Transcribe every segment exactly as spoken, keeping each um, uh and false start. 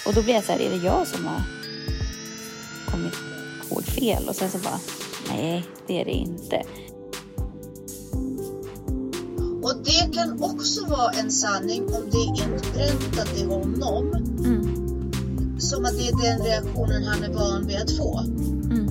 Och då blir jag så här, är det jag som har kommit ihåg fel? Och sen så bara, nej, det är det inte. Och det kan också vara en sanning om det är inpräntat i honom. Mm. Som att det är den reaktionen han är van vid att få. Mm.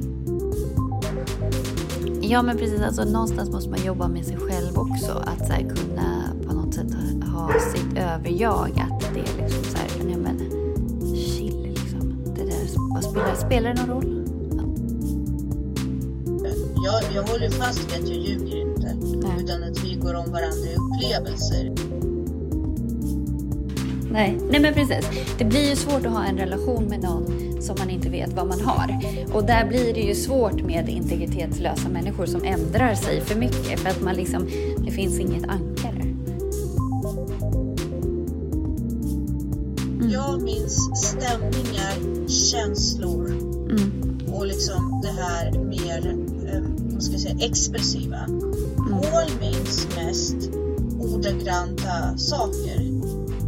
Ja, men precis. Alltså, någonstans måste man jobba med sig själv också. Att så här, kunna på något sätt ha sitt överjag. Att det är liksom så här, ja, men chill liksom. Det där, vad spelar, spelar det någon roll? Jag, jag håller fast vid att jag ljuger inte. Nej. Utan att vi går om varandra i upplevelser. Nej. Nej, men precis. Det blir ju svårt att ha en relation med någon som man inte vet vad man har. Och där blir det ju svårt med integritetslösa människor som ändrar sig för mycket. För att man liksom, det finns inget ankare. Mm. Jag minns stämningar, känslor mm. och liksom det här mer, eh, vad ska jag säga, expressiva. Mm. Paul minns mest ordagranta saker.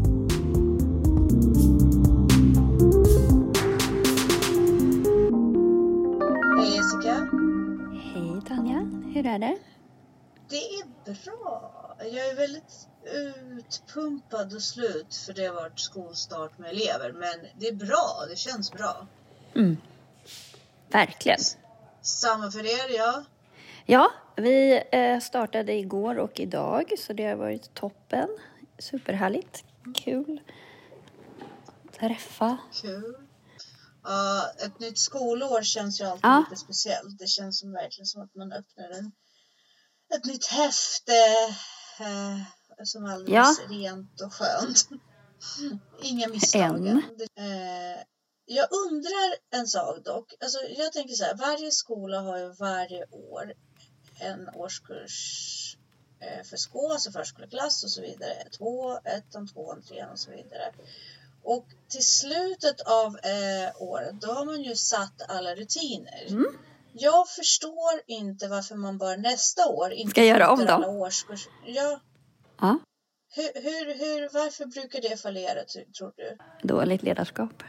Hej Tanja, hur är det? Det är bra. Jag är väldigt utpumpad och slut för det har varit skolstart med elever. Men det är bra, det känns bra. Mm. Verkligen. Samma för er, ja. Ja, vi startade igår och idag så det har varit toppen. Superhärligt, kul. Träffa. Kul. Uh, ett nytt skolår känns ju alltid ja. lite speciellt. Det känns som verkligen som att man öppnar en, ett nytt häfte uh, som alldeles ja. rent och skönt. Inga misstag. Uh, jag undrar en sak dock. Alltså, jag tänker så här, varje skola har ju varje år en årskurs uh, för skå, alltså förskoleklass och så vidare. Två, ettan, tvåan, trean och så vidare. Och till slutet av eh, året, då har man ju satt alla rutiner. Mm. Jag förstår inte varför man bara nästa år inte ska göra om dem. Årskurs. Ja. Ja. Hur, hur, hur, varför brukar det fallera, tror du? Dåligt ledarskap.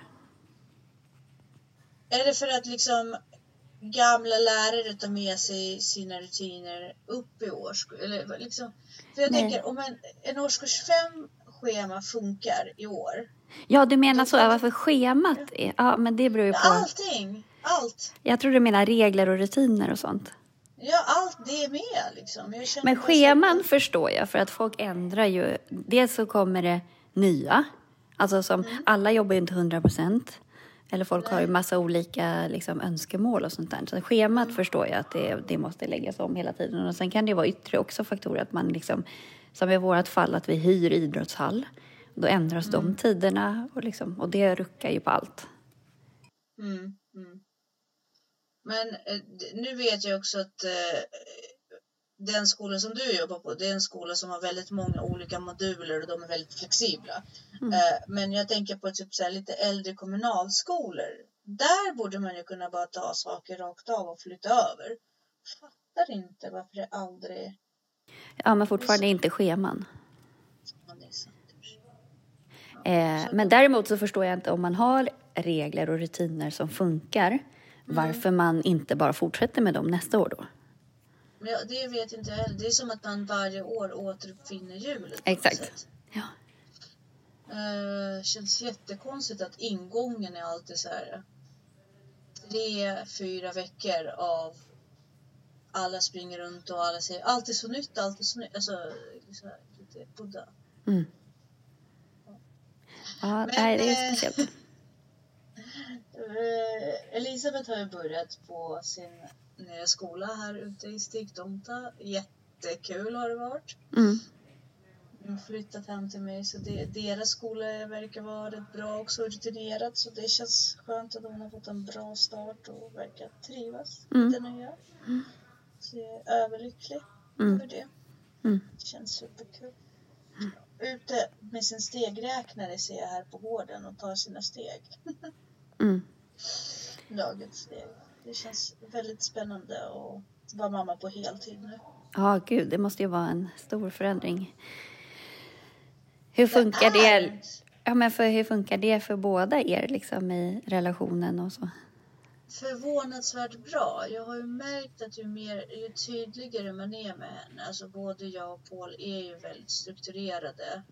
Är det för att liksom gamla lärare tar med sig sina rutiner upp i årskurs? Eller liksom, för jag Nej. tänker, om en, en årskurs fem schema funkar i år. Ja, du menar så, varför schemat är, ja, men det beror ju på. Allting, allt. Jag tror du menar regler och rutiner och sånt. Ja, allt det är med liksom. Jag men scheman så... förstår jag, för att folk ändrar ju. Dels så kommer det nya, alltså som mm. alla jobbar ju inte hundra procent. Eller folk Nej. har ju massa olika liksom, önskemål och sånt där. Så schemat mm. förstår jag att det, det måste läggas om hela tiden. Och sen kan det vara yttre också faktorer, att man liksom, som i vårt fall att vi hyr idrottshall. Då ändras mm. de tiderna och, liksom, och det ruckar ju på allt. Mm, mm. Men eh, nu vet jag också att eh, den skolan som du jobbar på, det är en skola som har väldigt många olika moduler och de är väldigt flexibla. Mm. Eh, men jag tänker på typ så här, lite äldre kommunalskolor. Där borde man ju kunna bara ta saker rakt av och flytta över. Fattar inte varför det aldrig... Ja, men fortfarande inte scheman. Eh, men däremot så förstår jag inte om man har regler och rutiner som funkar. Mm. Varför man inte bara fortsätter med dem nästa år då? Ja, det vet inte jag heller. Det är som att man varje år återuppfinner hjulet. Exakt. Ja. Uh, känns jättekonstigt att ingången är alltid så här. Tre, fyra veckor av alla springer runt och alla säger allt är så nytt, allt är så nytt. Alltså, så här, lite udda. Mm. Ja, Men, nej, det är speciellt. Eh, Elisabeth har ju börjat på sin nya skola här ute i Stigtomta. Jättekul har det varit. Mm. De har flyttat hem till mig, så det, deras skola verkar vara rätt bra också, rutinerat. Så det känns skönt att de har fått en bra start och verkar trivas med mm. det nya. Mm. Så jag är överlycklig mm. över det. Mm. Det känns superkul. Mm. Ute med sin stegräknare ser jag här på gården och tar sina steg. mm. Lagets steg. Det känns väldigt spännande att vara mamma på heltid nu. Ja, gud, det måste ju vara en stor förändring. Hur funkar det? Det är, Ja, men för hur funkar det för båda er liksom i relationen och så? Förvånansvärt bra. Jag har ju märkt att ju mer, ju tydligare man är med henne, alltså både jag och Paul är ju väldigt strukturerade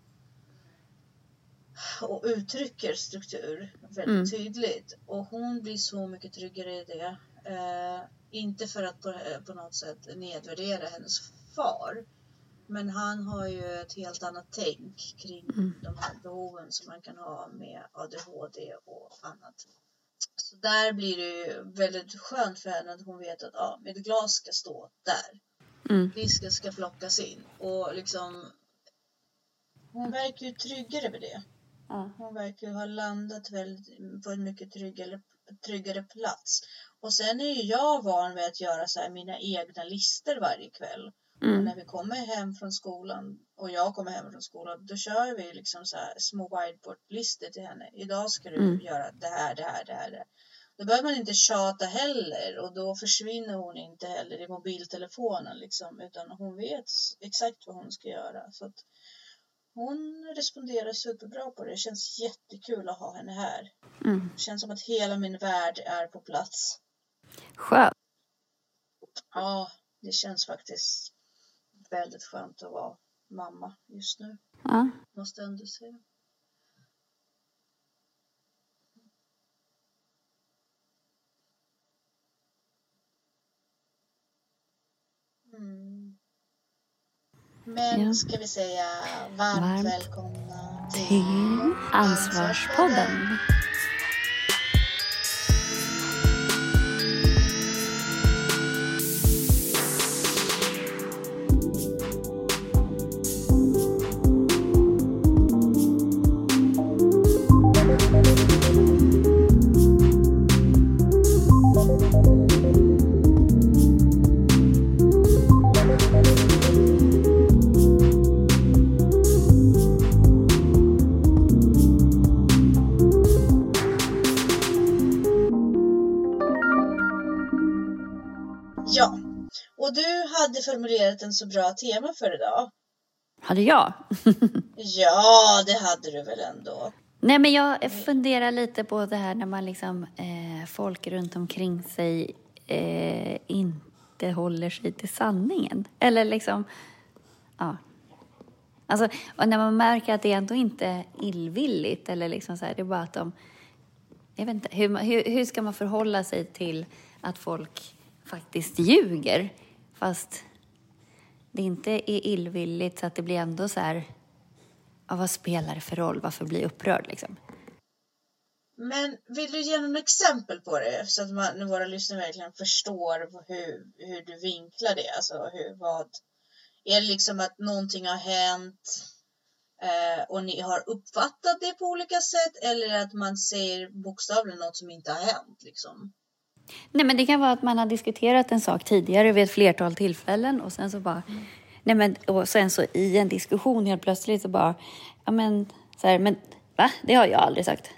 och uttrycker struktur väldigt mm. tydligt, och hon blir så mycket tryggare i det. Eh, inte för att på, på något sätt nedvärdera hennes far, men han har ju ett helt annat tänk kring mm. de här behoven som man kan ha med A D H D och annat. Så där blir det ju väldigt skönt för henne att hon vet att ja, mitt glas ska stå där. Mm. Disken ska plockas in. Och liksom, hon verkar ju tryggare med det. Mm. Hon verkar ju ha landat väldigt på en mycket tryggare, tryggare plats. Och sen är ju jag van vid att göra så här mina egna lister varje kväll. Mm. Och när vi kommer hem från skolan och jag kommer hem från skolan, då kör vi liksom så här små whiteboard-listor till henne. Idag ska du mm. göra det här, det här, det här, det här. Då behöver man inte tjata heller, och då försvinner hon inte heller i mobiltelefonen liksom, utan hon vet exakt vad hon ska göra. Så att hon responderar superbra på det. Det känns jättekul att ha henne här. Mm. Det känns som att hela min värld är på plats. Skönt. Ja, det känns faktiskt väldigt skönt att vara mamma just nu. Ja. Måste ändå säga. Mm. Men ja. Ska vi säga varmt, varmt välkomna till, till Ansvarspodden. Ja, och du hade formulerat en så bra tema för idag. Hade jag? Ja, det hade du väl ändå. Nej, men jag funderar lite på det här när man liksom, eh, folk runt omkring sig eh, inte håller sig till sanningen. Eller liksom, ja. Alltså, och när man märker att det ändå inte är illvilligt, eller liksom så här, det är bara att de, jag vet inte, hur, hur, hur ska man förhålla sig till att folk faktiskt ljuger, fast det inte är illvilligt, så att det blir ändå så här, ja, vad spelar det för roll, varför blir upprörd liksom? Men vill du ge någon exempel på det, så att man, våra lyssnare verkligen förstår hur, hur du vinklar det, alltså hur, vad är det liksom, att någonting har hänt eh, och ni har uppfattat det på olika sätt, eller att man säger bokstavligen något som inte har hänt liksom? Nej, men det kan vara att man har diskuterat en sak tidigare vid ett flertal tillfällen, och sen så bara, mm. nej men, och sen så i en diskussion helt plötsligt så bara, ja men, så här, men va? Det har jag aldrig sagt.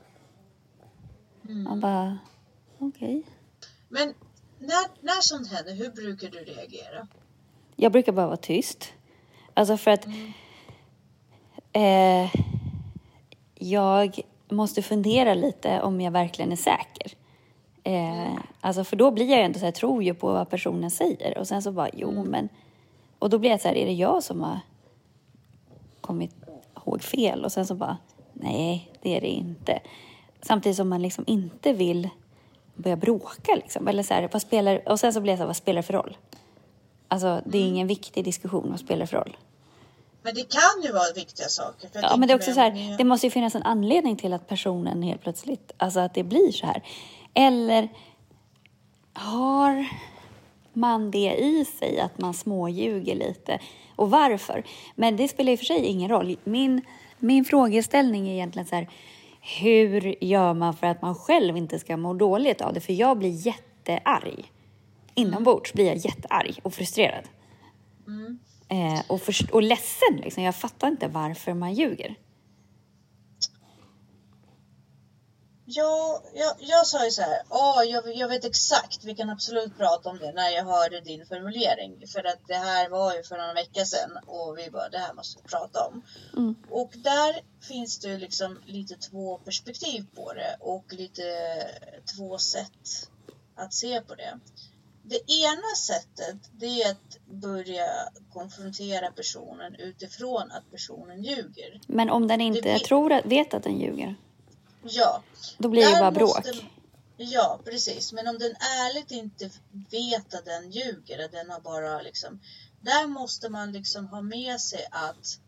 Mm. Man bara, okej. Okay. Men när, när sånt händer, hur brukar du reagera? Jag brukar bara vara tyst. Alltså för att mm. eh, jag måste fundera lite om jag verkligen är säker. Eh, alltså för då blir jag ändå så här, tror ju på vad personen säger, och sen så bara, jo mm. men, och då blir jag så här, är det jag som har kommit ihåg fel? Och sen så bara, nej, det är det inte. Samtidigt som man liksom inte vill börja bråka liksom, eller så här, vad spelar, och sen så blir jag så här, vad spelar det för roll? Alltså det är ingen viktig diskussion, vad spelar det för roll? Men det kan ju vara viktiga saker. För ja, men det är också så här, det måste ju finnas en anledning till att personen helt plötsligt, alltså att det blir så här. Eller har man det i sig att man småljuger lite? Och varför? Men det spelar i och för sig ingen roll. Min, min frågeställning är egentligen så här, hur gör man för att man själv inte ska må dåligt av det? För jag blir jättearg. Inombords blir jag jättearg och frustrerad. Mm. Eh, och, för, och ledsen. Liksom. Jag fattar inte varför man ljuger. Ja, jag, jag sa ju så här, ja, jag, jag vet exakt, vi kan absolut prata om det när jag hörde din formulering. För att det här var ju för några veckor sedan och vi bara, det här måste vi prata om. Mm. Och där finns det liksom lite två perspektiv på det och lite två sätt att se på det. Det ena sättet, det är att börja konfrontera personen utifrån att personen ljuger. Men om den inte det, tror att, vet att den ljuger? Ja. Då blir det bara bråk. Måste, ja, precis. Men om den ärligt inte vet att den ljuger, att den har bara liksom... Där måste man liksom ha med sig att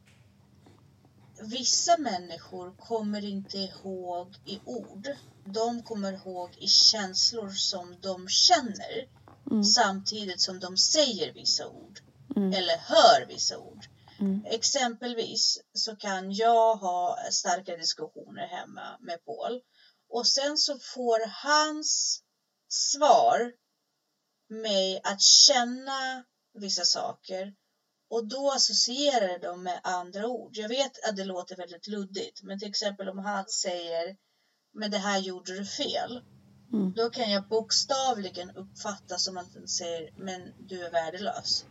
vissa människor kommer inte ihåg i ord. De kommer ihåg i känslor som de känner. Mm. Samtidigt som de säger vissa ord. Mm. Eller hör vissa ord. Mm. Exempelvis så kan jag ha starka diskussioner hemma med Paul. Och sen så får hans svar mig att känna vissa saker. Och då associerar de med andra ord. Jag vet att det låter väldigt luddigt. Men till exempel om han säger, men det här gjorde du fel. Mm. Då kan jag bokstavligen uppfatta som att den säger, men du är värdelös.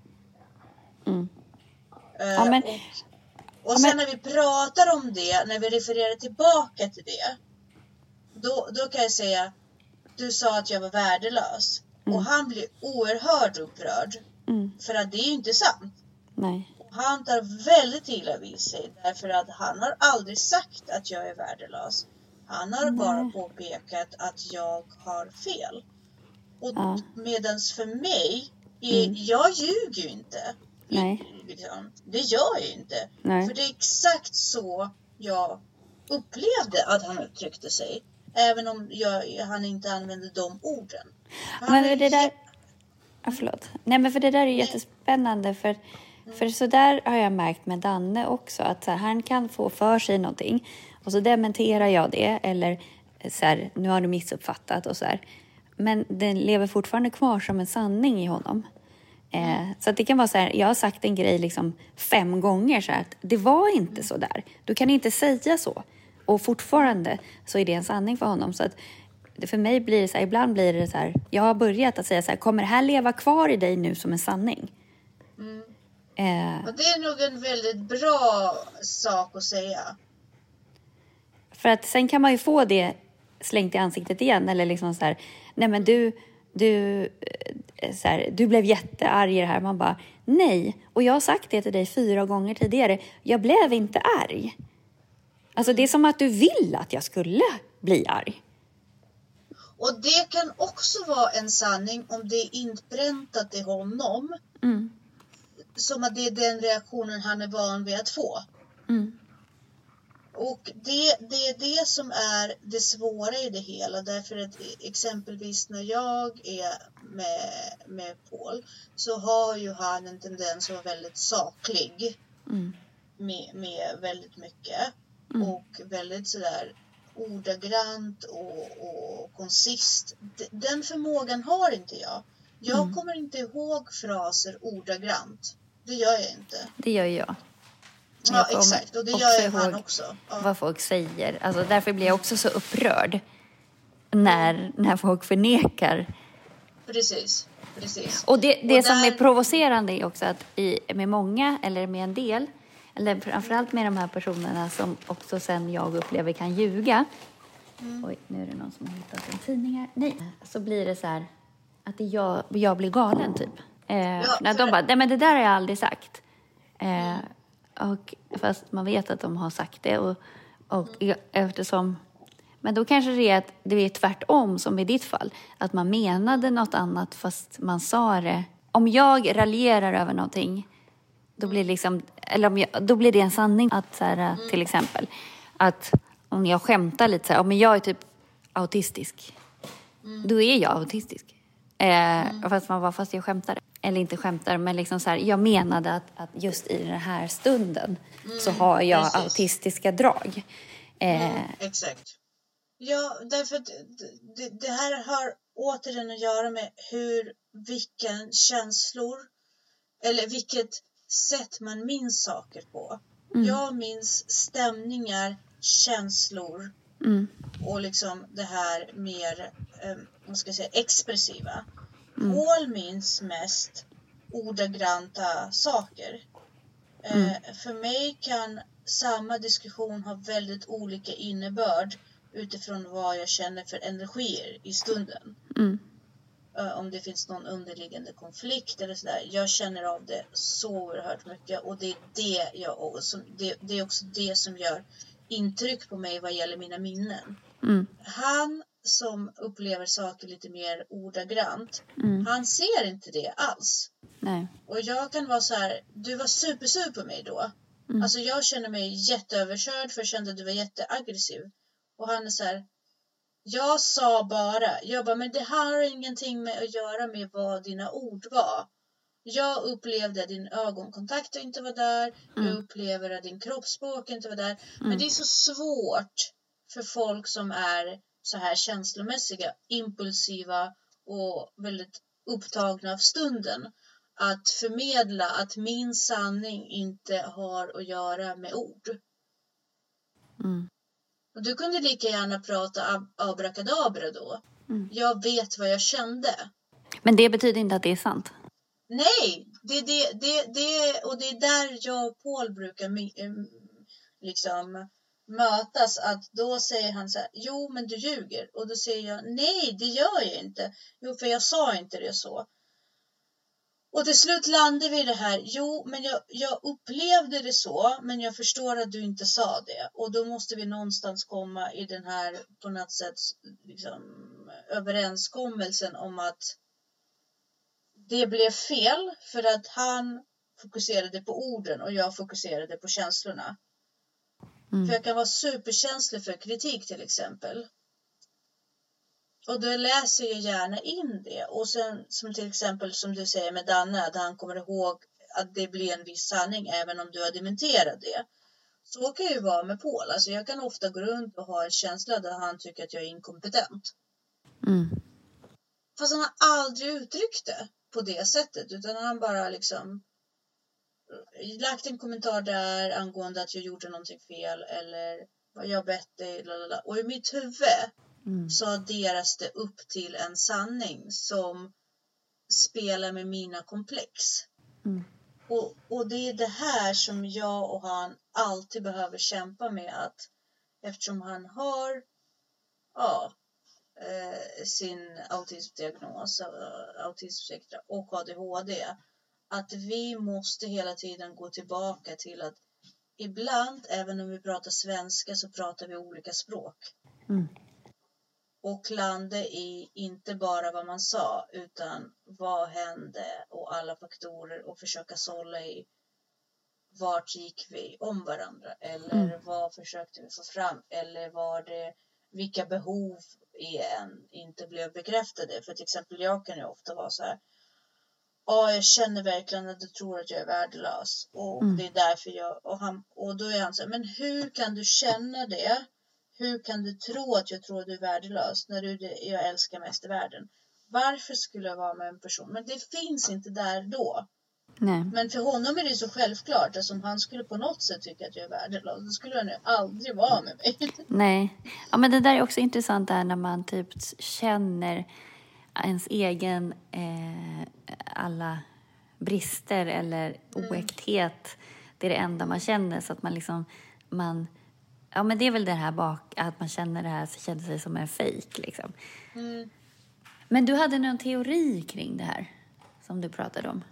Mm. Ja, men, och och ja, sen men, när vi pratar om det, när vi refererar tillbaka till det, då, då kan jag säga, du sa att jag var värdelös. Mm. Och han blir oerhört upprörd. Mm. För att det är ju inte sant. Nej. Och han tar väldigt illa vid sig. Därför att han har aldrig sagt att jag är värdelös. Han har Nej. bara påpekat att jag har fel. Och ja. medans för mig, är, mm. jag ljuger ju inte. Nej. Det gör jag ju inte. Nej. För det är exakt så jag upplevde att han uttryckte sig. Även om jag, han inte använde de orden. Han men det där... Ja, förlåt. Nej, men för det där är ju jättespännande. För, mm. för så där har jag märkt med Danne också. Att så här, han kan få för sig någonting. Och så dementerar jag det. Eller så här, nu har du missuppfattat och så här. Men den lever fortfarande kvar som en sanning i honom. Eh, så att det kan vara så här, jag har sagt en grej liksom fem gånger så här, att det var inte så där. Du kan inte säga så. Och fortfarande så är det en sanning för honom. Så att för mig blir det så här, ibland blir det så här, jag har börjat att säga så här, kommer det här leva kvar i dig nu som en sanning? Mm. Eh, och det är nog en väldigt bra sak att säga. För att sen kan man ju få det slängt i ansiktet igen. Eller liksom så här, nej men du... Du, så här, du blev jättearg i det här. Man bara, nej. Och jag har sagt det till dig fyra gånger tidigare. Jag blev inte arg. Alltså det är som att du vill att jag skulle bli arg. Och det kan också vara en sanning om det är inpräntat i honom. Mm. Som att det är den reaktionen han är van vid att få. Mm. Och det, det är det som är det svåra i det hela. Därför att exempelvis när jag är med, med Paul så har ju han en tendens att vara väldigt saklig. Mm. Med, med väldigt mycket. Mm. Och väldigt sådär ordagrant och, och konsist. Den förmågan har inte jag. Jag mm. kommer inte ihåg fraser ordagrant. Det gör jag inte. Det gör jag. Ja, exakt. Och det gör ju han också. Ja. Vad folk säger. Alltså, därför blir jag också så upprörd när, mm. när folk förnekar. Precis. Precis. Och det, det och där... som är provocerande är också att i, med många, eller med en del, eller framförallt med de här personerna som också sen jag upplever kan ljuga. Mm. Oj, nu är det någon som har hittat en tidning här. Nej. Så blir det så här att det jag, jag blir galen typ. Eh, ja, när de bara, nej men det där har jag aldrig sagt. Eh, mm. Och fast man vet att de har sagt det. Och, och mm. eftersom... Men då kanske det är att det är tvärtom som i ditt fall. Att man menade något annat fast man sa det. Om jag raljerar över någonting. Då blir, liksom, eller om jag, då blir det en sanning. Att så här, mm. till exempel. Att om jag skämtar lite så här. Om jag är typ autistisk. Mm. Då är jag autistisk. Eh, mm. Fast man var fast jag skämtade. Eller inte skämtar, men liksom så här, jag menade att, att just i den här stunden mm, så har jag precis. autistiska drag. Eh, mm, exakt. Ja, därför att det, det här har återigen att göra med hur, vilka känslor eller vilket sätt man minns saker på. Mm. Jag minns stämningar, känslor Mm. Och liksom det här mer, eh, vad ska jag säga, expressiva. Mm. Paul minns mest ordagranta saker. Mm. Eh, för mig kan samma diskussion ha väldigt olika innebörd utifrån vad jag känner för energier i stunden. Mm. Uh, om det finns någon underliggande konflikt eller sådär. Jag känner av det så oerhört mycket. Och det är, det, jag, som, det, det är också det som gör intryck på mig vad gäller mina minnen. Mm. Han som upplever saker lite mer ordagrant. Mm. Han ser inte det alls. Nej. Och jag kan vara så här. Du var supersur på mig då. Mm. Alltså jag känner mig jätteöverkörd. För jag kände att du var jätteaggressiv. Och han är så här. Jag sa bara, jag bara, men det har ingenting med att göra med vad dina ord var. Jag upplevde att din ögonkontakt inte var där. Mm. Jag upplever att din kroppsspråk inte var där. Mm. Men det är så svårt för folk som är så här känslomässiga, impulsiva och väldigt upptagna av stunden. Att förmedla att min sanning inte har att göra med ord. Mm. Och du kunde lika gärna prata ab- abrakadabra då. Mm. Jag vet vad jag kände. Men det betyder inte att det är sant. Nej, det, det, det, det, och det är där jag och Paul brukar liksom mötas. Att då säger han så här, jo men du ljuger. Och då säger jag, nej det gör jag inte. Jo för jag sa inte det så. Och till slut landar vi i det här. Jo, men jag, jag upplevde det så. Men jag förstår att du inte sa det. Och då måste vi någonstans komma i den här på något sätt liksom, överenskommelsen om att det blev fel. För att han fokuserade på orden och jag fokuserade på känslorna. Mm. För jag kan vara superkänslig för kritik till exempel. Och då läser jag gärna in det. Och sen som till exempel som du säger med Danne. Att han kommer ihåg att det blir en viss sanning. Även om du har dementerat det. Så kan ju vara med Paul. Alltså jag kan ofta gå runt och ha en känsla. Där han tycker att jag är inkompetent. Mm. Fast han har aldrig uttryckt det på det sättet. Utan han bara liksom. Lagt en kommentar där. Angående att jag gjorde någonting fel. Eller vad jag bett dig. Lalala. Och i mitt huvud. Mm. Så adderas det upp till en sanning som spelar med mina komplex. Mm. Och, och det är det här som jag och han alltid behöver kämpa med. Att eftersom han har ja, eh, sin autismdiagnos, autismspektra och A D H D. Att vi måste hela tiden gå tillbaka till att ibland, även om vi pratar svenska så pratar vi olika språk. Mm. Och landa i inte bara vad man sa utan vad hände och alla faktorer och försöka sålla i vart gick vi om varandra eller mm. vad försökte vi få fram eller var det vilka behov i en inte blev bekräftade. För till exempel jag kan ju ofta vara så här, ja jag känner verkligen att du tror att jag är värdelös och mm. det är därför jag och, han, och då är han så här, men hur kan du känna det? Hur kan du tro att jag tror att du är värdelös när du är det jag älskar mest i världen? Varför skulle jag vara med en person? Men det finns inte där då. Nej. Men för honom är det så självklart att om han skulle på något sätt tycka att jag är värdelös, då skulle han ju aldrig vara med mig. Nej, ja, men det där är också intressant där när man typ känner ens egen eh, alla brister eller oäkthet. Mm. Det är det enda man känner så att man liksom man ja, men det är väl det här bak att man känner det här så känner sig som en fejk liksom. Mm. Men du hade någon teori kring det här som du pratade om.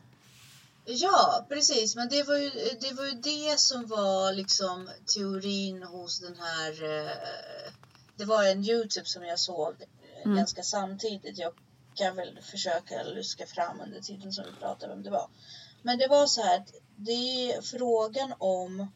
Ja, precis. Men det var ju det, var ju det som var liksom teorin hos den här. Eh, det var en YouTube som jag såg mm. ganska samtidigt. Jag kan väl försöka luska fram under tiden som vi pratade om det var. Men det var så här att det är frågan om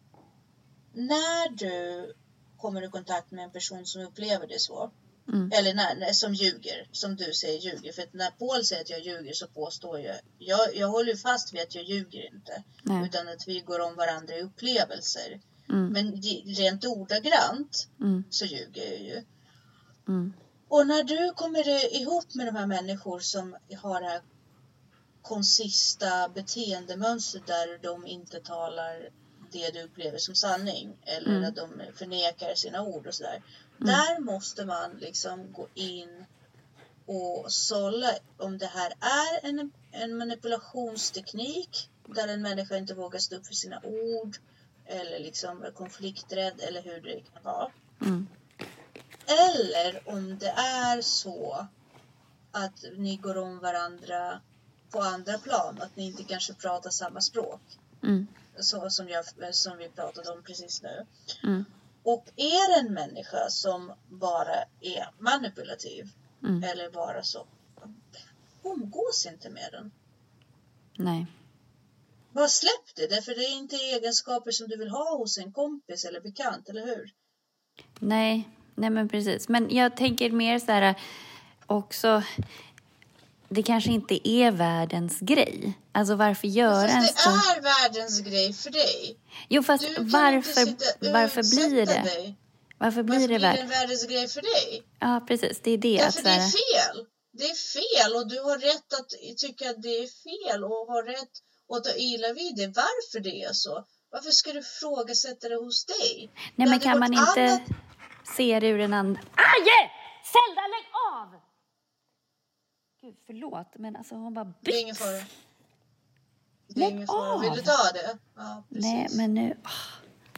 när du kommer i kontakt med en person som upplever det så. Mm. Eller när, som ljuger, som du säger ljuger. För att när Paul säger att jag ljuger så påstår jag, jag, jag håller fast vid att jag ljuger inte. Nej. Utan att vi går om varandra i upplevelser. Mm. Men rent ordagrant mm. så ljuger jag ju. Mm. Och när du kommer ihop med de här människor som har det här konsista beteendemönstret där de inte talar det du upplever som sanning. Eller Mm. att de förnekar sina ord och sådär. Mm. Där måste man liksom gå in och sålla om det här är en, en manipulationsteknik. Där en människa inte vågar stå upp för sina ord. Eller liksom är konflikträdd eller hur det kan vara. Mm. Eller om det är så att ni går om varandra på andra plan. Att ni inte kanske pratar samma språk. Mm. Så, som, jag, som vi pratade om precis nu. Mm. Och är det en människa som bara är manipulativ. Mm. Eller bara så. Umgås inte med den. Nej. Bara släpp det. Därför det är inte egenskaper som du vill ha hos en kompis eller bekant. Eller hur? Nej. Nej men precis. Men jag tänker mer så här också. Det kanske inte är världens grej. Alltså varför göra en det så... är världens grej för dig. Jo fast Du kan varför, inte sitta varför blir det? dig. Varför blir Varför det blir värld? det en världens grej för dig? Ja precis, det är det. Därför att, det är så här... fel. Det är fel och du har rätt att tycka att det är fel och har rätt att ta illa vid det. Varför det är så? Varför ska du ifrågasätta det hos dig? Nej det men kan man inte annat... se det ur en annan... Aje! Zelda, lägg av! Gud, förlåt, men alltså hon bara... Bytt. Det är ingen fara. Det är lägg ingen fara. av! Vill du ta det? Ja, precis. Nej, men nu... Oh.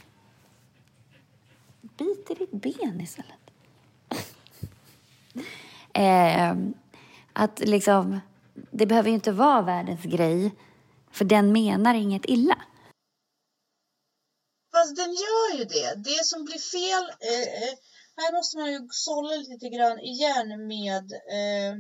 Bit i ditt ben istället. eh, att liksom... Det behöver ju inte vara världens grej. För den menar inget illa. Fast den gör ju det. Det som blir fel... Eh, här måste man ju sålla lite grann igen med... Eh,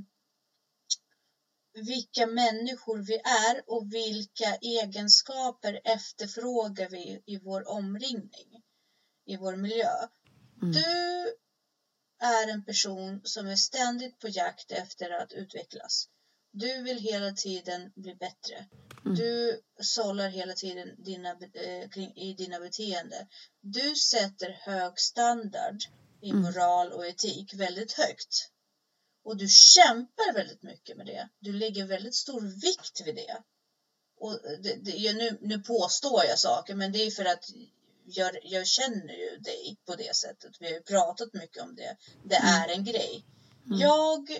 vilka människor vi är och vilka egenskaper efterfrågar vi i vår omringning, i vår miljö. Mm. Du är en person som är ständigt på jakt efter att utvecklas. Du vill hela tiden bli bättre. Mm. Du sållar hela tiden dina, eh, kring, i dina beteenden. Du sätter hög standard i moral och etik väldigt högt. Och du kämpar väldigt mycket med det. Du lägger väldigt stor vikt vid det. Och det, det, nu, nu påstår jag saker. Men det är för att jag, jag känner ju dig på det sättet. Vi har ju pratat mycket om det. Det är en grej. Mm. Jag,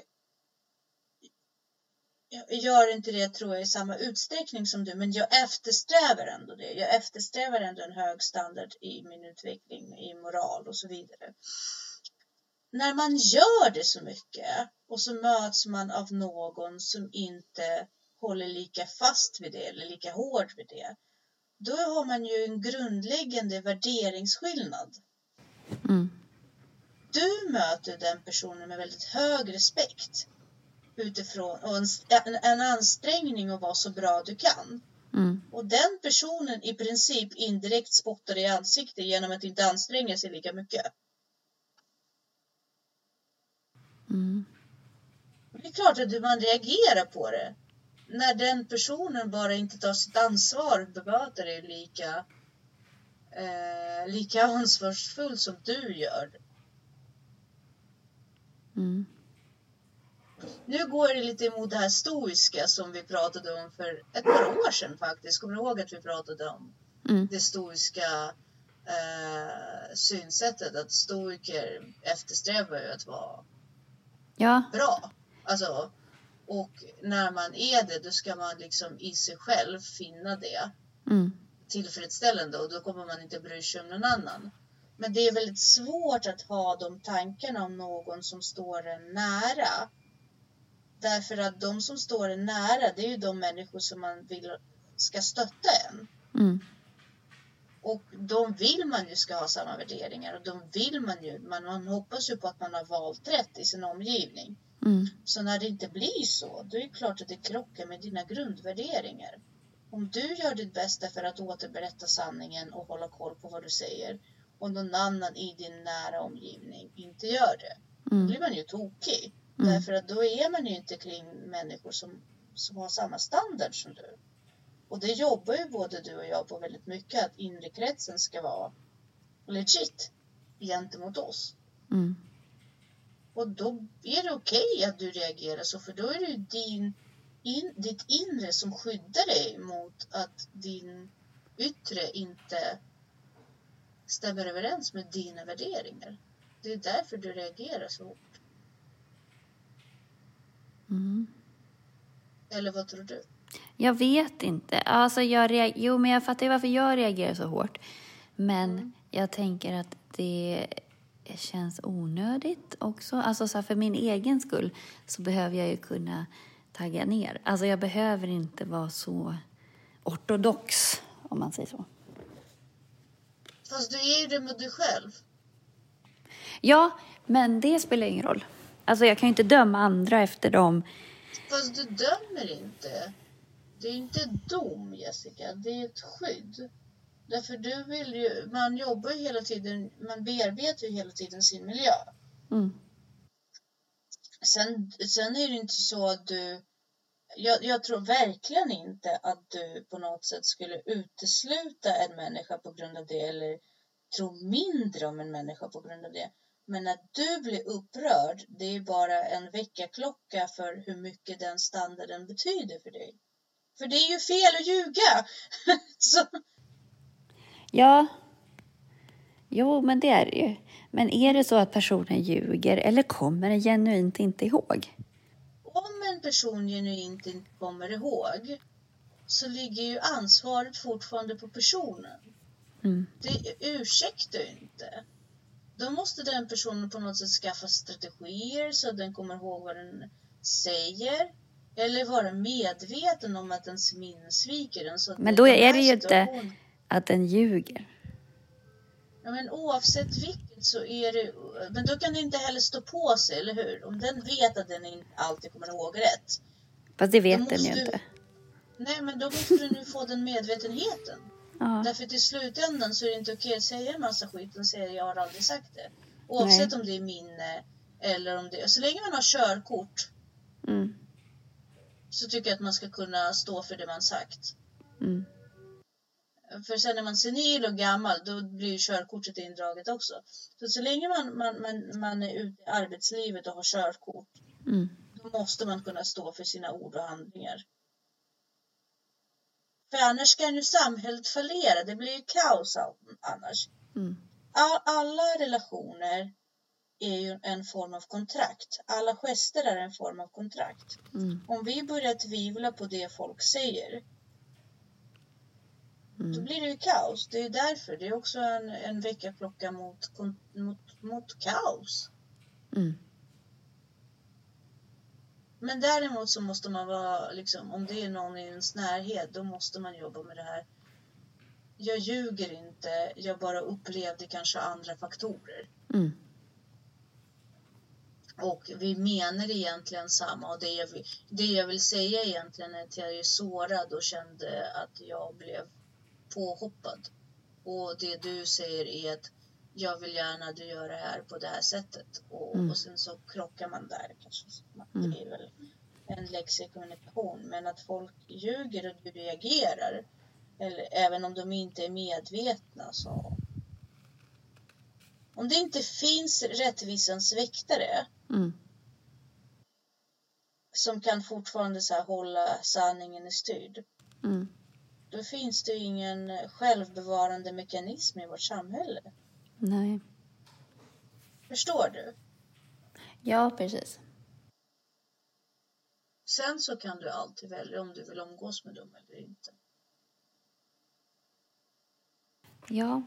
jag gör inte det tror jag i samma utsträckning som du. Men jag eftersträvar ändå det. Jag eftersträvar ändå en hög standard i min utveckling. I moral och så vidare. När man gör det så mycket och så möts man av någon som inte håller lika fast vid det eller lika hård vid det. Då har man ju en grundläggande värderingsskillnad. Mm. Du möter den personen med väldigt hög respekt utifrån och en, en, en ansträngning att vara så bra du kan. Mm. Och den personen i princip indirekt spottar i ansiktet genom att inte anstränga sig lika mycket. Mm. Det är klart att man reagerar på det. När den personen bara inte tar sitt ansvar och bemöter det lika, eh, lika ansvarsfullt som du gör. Mm. Nu går det lite emot det här stoiska som vi pratade om för ett par år sedan faktiskt. Kommer du ihåg att vi pratade om mm. det stoiska eh, synsättet? Att stoiker eftersträvar ju att vara ja. bra. Alltså, och när man är det, då ska man liksom i sig själv finna det mm. tillfredsställande. Och då kommer man inte bry sig om någon annan. Men det är väldigt svårt att ha de tankarna om någon som står en nära. Därför att de som står en nära, det är ju de människor som man vill ska stötta en. Mm. Och de vill man ju ska ha samma värderingar. Och de vill man ju, man, man hoppas ju på att man har valt rätt i sin omgivning. Mm. Så när det inte blir så, då är det klart att det krockar med dina grundvärderingar. Om du gör ditt bästa för att återberätta sanningen och hålla koll på vad du säger. Och någon annan i din nära omgivning inte gör det. Mm. Då blir man ju tokig. Mm. Därför att då är man ju inte kring människor som, som har samma standard som du. Och det jobbar ju både du och jag på väldigt mycket. Att inre kretsen ska vara legit gentemot oss. Mm. Och då är det okej okay att du reagerar så. För då är det ju din, in, ditt inre som skyddar dig mot att din yttre inte stämmer överens med dina värderingar. Det är därför du reagerar så hårt. Mm. Eller vad tror du? Jag vet inte. Alltså jag reager- jo, men jag fattar ju varför jag reagerar så hårt. Men mm. jag tänker att det känns onödigt också. Alltså så här, för min egen skull så behöver jag ju kunna tagga ner. Alltså jag behöver inte vara så ortodox, om man säger så. Fast du är ju det med dig själv. Ja, men det spelar ingen roll. Alltså jag kan ju inte döma andra efter dem. Fast du dömer inte. Det är inte dom, Jessica. Det är ett skydd. Därför du vill ju, man jobbar ju hela tiden, man bearbetar ju hela tiden sin miljö. Mm. Sen, sen är det inte så att du, jag, jag tror verkligen inte att du på något sätt skulle utesluta en människa på grund av det, eller tro mindre om en människa på grund av det. Men när du blir upprörd, det är bara en väckarklocka för hur mycket den standarden betyder för dig. För det är ju fel att ljuga. Så. Ja, jo men det är det ju. Men är det så att personen ljuger eller kommer den genuint inte ihåg? Om en person genuint inte kommer ihåg så ligger ju ansvaret fortfarande på personen. Mm. Det ursäktar ju inte. Då måste den personen på något sätt skaffa strategier så att den kommer ihåg vad den säger. Eller vara medveten om att ens minne sviker den. Så att men då är det ju situation... inte att den ljuger. Ja, men oavsett vilket så är det... Men då kan det inte heller stå på sig, eller hur? Om den vet att den inte alltid kommer ihåg rätt. Fast det vet den ju du... inte. Nej, men då måste du nu få den medvetenheten. Ja. Därför till slutändan så är det inte okej att säga en massa skit och säga jag har aldrig sagt det. Oavsett Nej. om det är minne eller om det... Så länge man har körkort mm. så tycker jag att man ska kunna stå för det man sagt. Mm. För sen när man är senil och gammal, då blir ju körkortet indraget också. Så så länge man, man, man, man är ute i arbetslivet och har körkort, mm. då måste man kunna stå för sina ord och handlingar. För annars kan ju samhället fallera. Det blir ju kaos annars. Mm. All, alla relationer är ju en form av kontrakt. Alla gester är en form av kontrakt. Mm. Om vi börjar tvivla på det folk säger, mm. då blir det ju kaos. Det är därför. Det är också en, en väckarklocka mot, mot, mot kaos. Mm. Men däremot så måste man vara, liksom, om det är någon i ens närhet, då måste man jobba med det här. Jag ljuger inte, jag bara upplevde kanske andra faktorer. Mm. Och vi menar egentligen samma. Och det jag, vill, det jag vill säga egentligen är att jag är sårad och kände att jag blev påhoppad. Och det du säger är att jag vill gärna du gör det här på det här sättet. Och, mm. och sen så krockar man där kanske. Mm. Det är väl en läxa i kommunikation. Men att folk ljuger och du reagerar. Eller även om de inte är medvetna så. Om det inte finns rättvisans väktare. Mm. Som kan fortfarande så här hålla sanningen i styrd. Mm. Då finns det ingen självbevarande mekanism i vårt samhälle. Nej. Förstår du? Ja, precis. Sen så kan du alltid välja om du vill umgås med dem eller inte. Ja.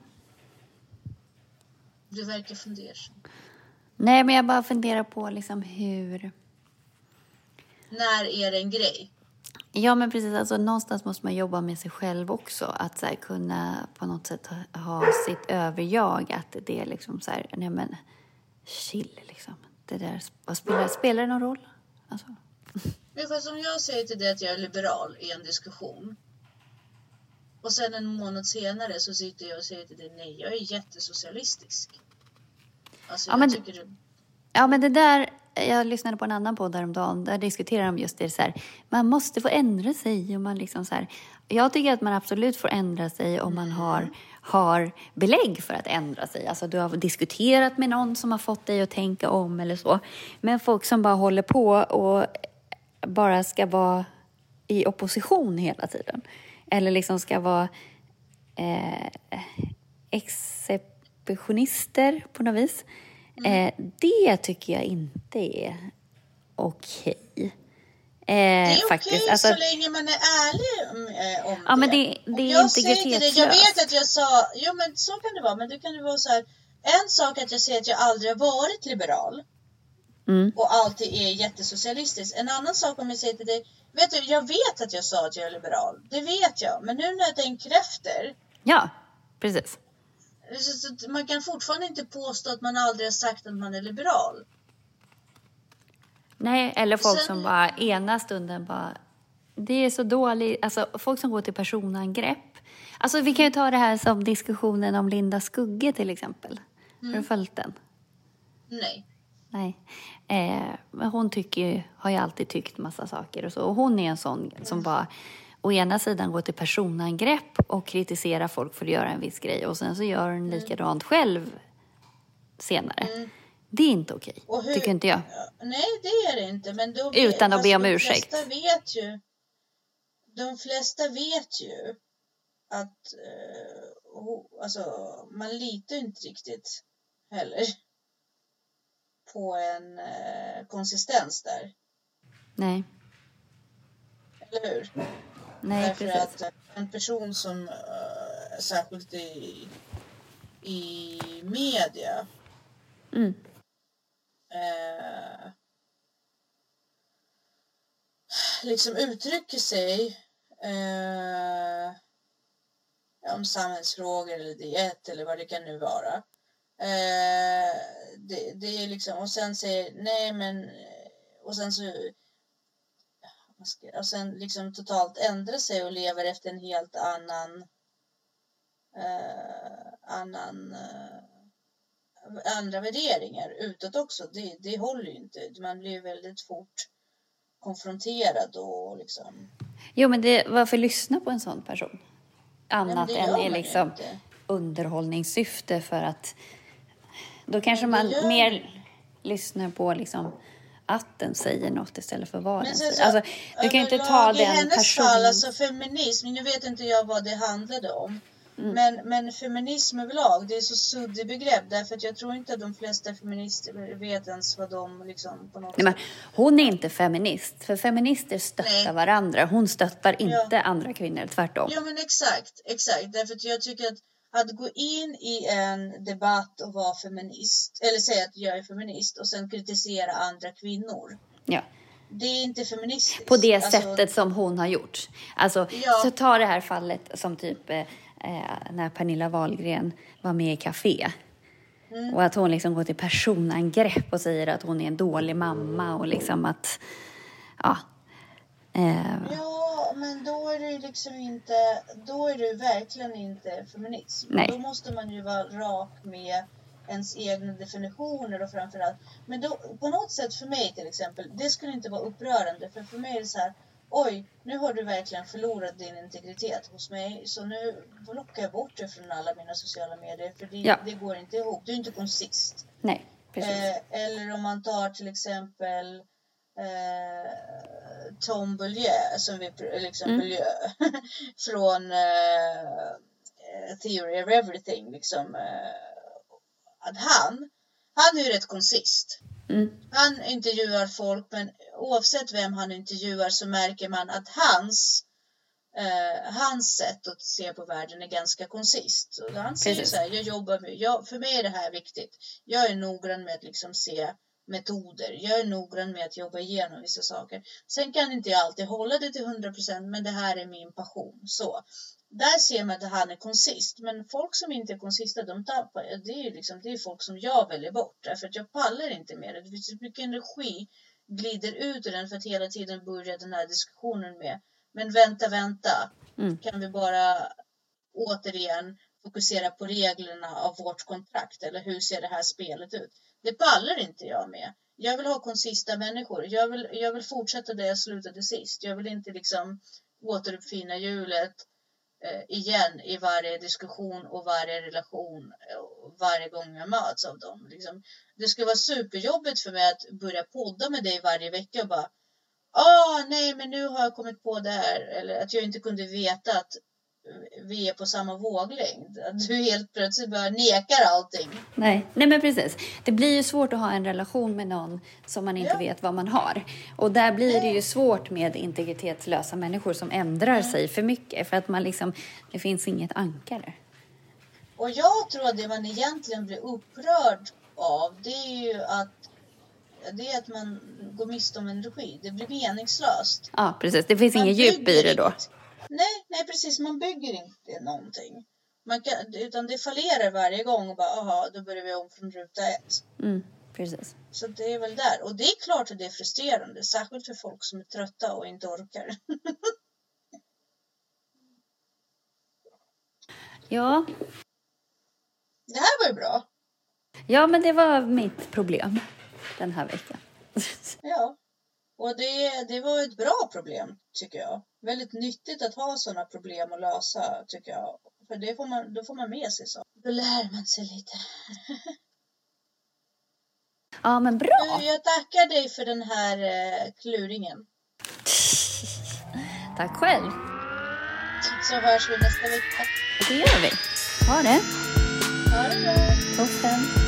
Du verkar fundersam. Nej, men jag bara funderar på liksom hur... När är det en grej? Ja, men precis. Alltså, någonstans måste man jobba med sig själv också. Att så här, kunna på något sätt ha, ha sitt överjag. Att det är liksom så här, nej men, chill liksom. Det där, vad spelar, spelar det någon roll? Alltså. Men fast om jag säger till dig att jag är liberal i en diskussion. Och sen en månad senare så sitter jag och säger till dig, nej, jag är jättesocialistisk. Alltså, ja, jag men, tycker det... ja, men det där... Jag lyssnade på en annan podd häromdagen. Där diskuterar de just det så här. Man måste få ändra sig. Och man liksom så här, jag tycker att man absolut får ändra sig om man har, har belägg för att ändra sig. Alltså du har diskuterat med någon som har fått dig att tänka om eller så. Men folk som bara håller på och bara ska vara i opposition hela tiden. Eller liksom ska vara eh, exceptionister på något vis. Mm. Eh, det tycker jag inte är okej. Okay. Eh, det är okej okay, alltså, så länge man är ärlig om, eh, om ja, det. Men det, det är integritetslöst. Jag vet att jag sa, jo men så kan det vara, men det kan ju vara så här. En sak att jag säger att jag aldrig har varit liberal. Mm. Och alltid är jättesocialistisk. En annan sak om jag säger till dig, vet du, jag vet att jag sa att jag är liberal. Det vet jag, men nu när jag tänker efter. Ja, precis. Så, så, man kan fortfarande inte påstå att man aldrig har sagt att man är liberal. Nej, eller folk Sen... som bara ena stunden bara, det är så dåligt, alltså folk som går till personangrepp. Alltså vi kan ju ta det här som diskussionen om Linda Skugge till exempel. Mm. Har du följt den? Nej. Nej. Eh, men hon tycker ju, har ju alltid tyckt massa saker och så. Och hon är en sån mm. som bara å ena sidan går till personangrepp och kritiserar folk för att göra en viss grej. Och sen så gör hon mm. likadant själv senare. Mm. Det är inte okej, hur, tycker inte jag. Nej, det är det inte. Men då, utan att be om ursäkt. De flesta vet ju, de flesta vet ju att uh, alltså, man litar inte riktigt heller på en uh, konsistens där. Nej. Eller hur? Nej, Därför precis. att en person som uh, särskilt i, i media mm. uh, liksom uttrycker sig uh, om samhällsfrågor eller diet eller vad det kan nu vara. Uh, det, det är liksom, och sen säger nej men, och sen så och sen liksom totalt ändrar sig och lever efter en helt annan uh, annan uh, andra värderingar utåt också. Det, det håller ju inte. Man blir väldigt fort konfronterad och liksom. Jo, men det, varför lyssna på en sån person? Annat än i liksom inte. Underhållningssyfte, för att då kanske man mer inte. lyssnar på liksom att den säger något istället för vad den säger. Alltså, du kan ju inte ta den hennes personen. Fall, alltså feminism, nu vet inte jag vad det handlade om. Mm. Men, men feminism överlag, det är så suddigt begrepp. Därför att jag tror inte att de flesta feminister vet ens vad de liksom på något Nej, men hon är inte feminist. För feminister stöttar Nej. varandra. Hon stöttar inte ja. andra kvinnor, tvärtom. Ja, men exakt, exakt. Därför att jag tycker att att gå in i en debatt och vara feminist, eller säga att jag är feminist och sen kritisera andra kvinnor. Ja. Det är inte feministiskt. På det alltså, sättet som hon har gjort. Alltså, ja. så ta det här fallet som typ eh, när Pernilla Wahlgren var med i Café. Mm. Och att hon liksom går till personangrepp och säger att hon är en dålig mamma och liksom att, ja. Eh, ja, men då är det liksom inte, då är det verkligen inte feminism. Nej. Då måste man ju vara rak med ens egna definitioner och framförallt. Men då, på något sätt för mig till exempel, det skulle inte vara upprörande. För för mig är det så här, oj, nu har du verkligen förlorat din integritet hos mig. Så nu blockar jag bort det från alla mina sociala medier. För det, ja. det går inte ihop, du är inte konsist. Nej, precis. Eh, eller om man tar till exempel Eh, Tom Bullier som vi liksom mm. Bullier från eh, Theory of Everything liksom eh, att han han är ju rätt konsist. Mm. Han intervjuar folk, men oavsett vem han intervjuar så märker man att hans eh, hans sätt att se på världen är ganska konsist. Så han säger så här, jag jobbar med, jag, för mig är det här viktigt. Jag är noggrann med att liksom se metoder. Jag är noggrann med att jobba igenom vissa saker. Sen kan inte jag alltid hålla det till hundra procent, men det här är min passion. Så där ser man att han är konsist. Men folk som inte är konsista, de tappar. Det är ju liksom, det är folk som jag väljer bort. Därför att jag pallar inte med det. Det finns så mycket energi glider ut ur den för att hela tiden börja den här diskussionen med. Men vänta, vänta. Mm. Kan vi bara återigen fokusera på reglerna av vårt kontrakt? Eller hur ser det här spelet ut? Det pallar inte jag med. Jag vill ha konsista människor. Jag vill, jag vill fortsätta där jag slutade sist. Jag vill inte liksom återuppfinna hjulet eh, igen i varje diskussion och varje relation. Och varje gång jag möts av dem. Liksom. Det skulle vara superjobbigt för mig att börja podda med dig varje vecka och bara ah nej men nu har jag kommit på det här. Eller att jag inte kunde veta att vi är på samma våglängd. Att du helt plötsligt bara nekar allting. Nej, nej men precis. Det blir ju svårt att ha en relation med någon som man inte ja. vet vad man har. Och där blir det ju svårt med integritetslösa människor som ändrar mm. sig för mycket. För att man liksom, det finns inget ankare. Och jag tror att det man egentligen blir upprörd av, det är ju att det är att man går miste om energi. Det blir meningslöst. Ja, precis. Det finns man ingen djup i det då. Inte. Nej, nej, precis. Man bygger inte någonting. Man kan, utan det fallerar varje gång och bara, aha, då börjar vi om från ruta ett. Mm, precis. Så det är väl där. Och det är klart att det är frustrerande. Särskilt för folk som är trötta och inte orkar. Ja. Det här var ju bra. Ja, men det var mitt problem den här veckan. Ja. Och det, det var ett bra problem, tycker jag. Väldigt nyttigt att ha sådana problem att lösa, tycker jag. För det får man, då får man med sig så. Då lär man sig lite. Ja, men bra. Du, jag tackar dig för den här eh, kluringen. Tack själv. Så hörs vi nästa vecka. Det gör vi. Ha det. Ha det bra. Toppen.